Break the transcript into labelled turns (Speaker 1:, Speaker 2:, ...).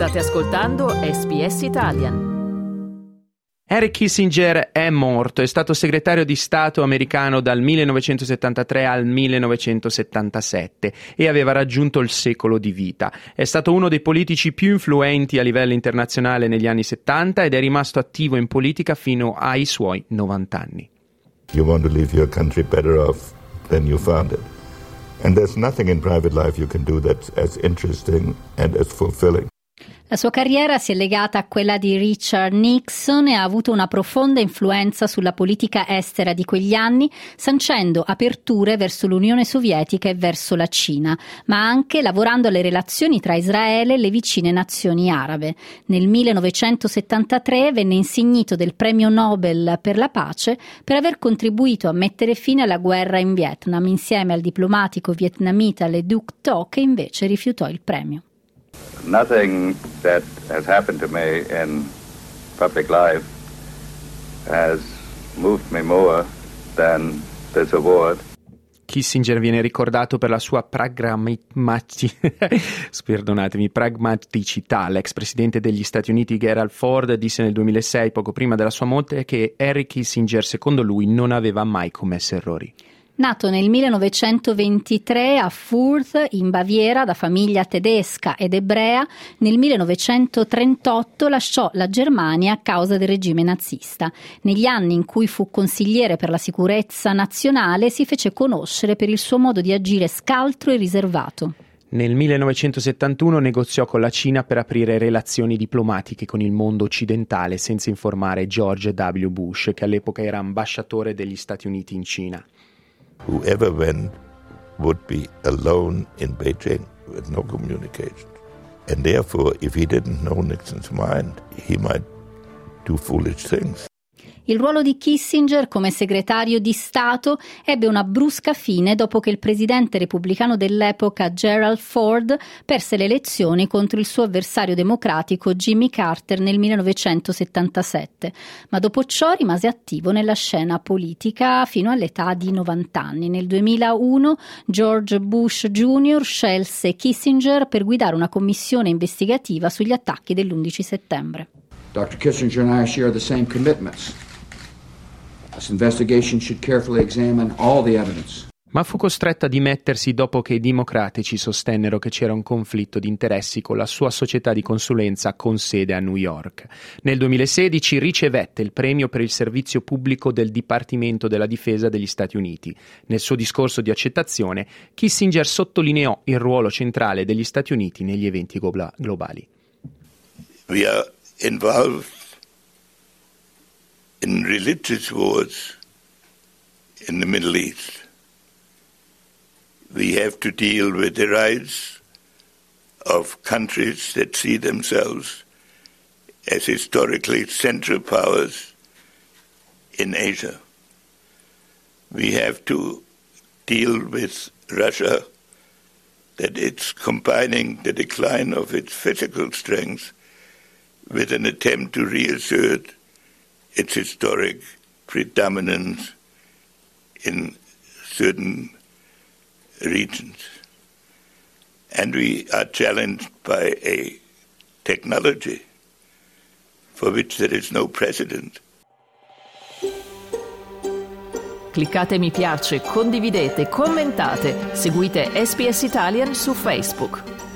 Speaker 1: State ascoltando SBS Italian.
Speaker 2: Henry Kissinger è morto, è stato segretario di Stato americano dal 1973 al 1977 e aveva raggiunto il secolo di vita. È stato uno dei politici più influenti a livello internazionale negli anni 70 ed è rimasto attivo in politica fino ai suoi 90 anni.
Speaker 3: You want to leave your country better off than you found it. And there's nothing in private life you can do that's as interesting and as fulfilling.
Speaker 4: La sua carriera si è legata a quella di Richard Nixon e ha avuto una profonda influenza sulla politica estera di quegli anni, sancendo aperture verso l'Unione Sovietica e verso la Cina, ma anche lavorando alle relazioni tra Israele e le vicine nazioni arabe. Nel 1973 venne insignito del Premio Nobel per la pace per aver contribuito a mettere fine alla guerra in Vietnam, insieme al diplomatico vietnamita Le Duc Tho, che invece rifiutò il premio.
Speaker 5: Nothing that has happened to me in public life has moved me more than this award.
Speaker 2: Kissinger viene ricordato per la sua pragmaticità. L'ex presidente degli Stati Uniti Gerald Ford disse nel 2006, poco prima della sua morte, che Henry Kissinger, secondo lui, non aveva mai commesso errori.
Speaker 4: Nato nel 1923 a Fürth, in Baviera, da famiglia tedesca ed ebrea, nel 1938 lasciò la Germania a causa del regime nazista. Negli anni in cui fu consigliere per la sicurezza nazionale si fece conoscere per il suo modo di agire scaltro e riservato.
Speaker 2: Nel 1971 negoziò con la Cina per aprire relazioni diplomatiche con il mondo occidentale senza informare George W. Bush, che all'epoca era ambasciatore degli Stati Uniti in Cina.
Speaker 3: Whoever went would be alone in Beijing with no communication. And therefore, if he didn't know Nixon's mind, he might do foolish things.
Speaker 4: Il ruolo di Kissinger come segretario di Stato ebbe una brusca fine dopo che il presidente repubblicano dell'epoca Gerald Ford perse le elezioni contro il suo avversario democratico Jimmy Carter nel 1977, ma dopo ciò rimase attivo nella scena politica fino all'età di 90 anni. Nel 2001 George Bush Jr. scelse Kissinger per guidare una commissione investigativa sugli attacchi dell'11 settembre.
Speaker 6: Dr. Kissinger and I share the same commitments. This investigation should carefully examine all the evidence.
Speaker 2: Ma fu costretto a dimettersi dopo che i democratici sostennero che c'era un conflitto di interessi con la sua società di consulenza con sede a New York. Nel 2016 ricevette il premio per il servizio pubblico del Dipartimento della Difesa degli Stati Uniti. Nel suo discorso di accettazione, Kissinger sottolineò il ruolo centrale degli Stati Uniti negli eventi globali.
Speaker 3: We are involved in religious wars in the Middle East. We have to deal with the rights of countries that see themselves as historically central powers in Asia. We have to deal with Russia, that it's combining the decline of its physical strength with an attempt to reassert its historic predominance in certain regions. And we are challenged by a technology for which there is no precedent.
Speaker 1: Cliccate mi piace, condividete, commentate, seguite SBS Italian su Facebook.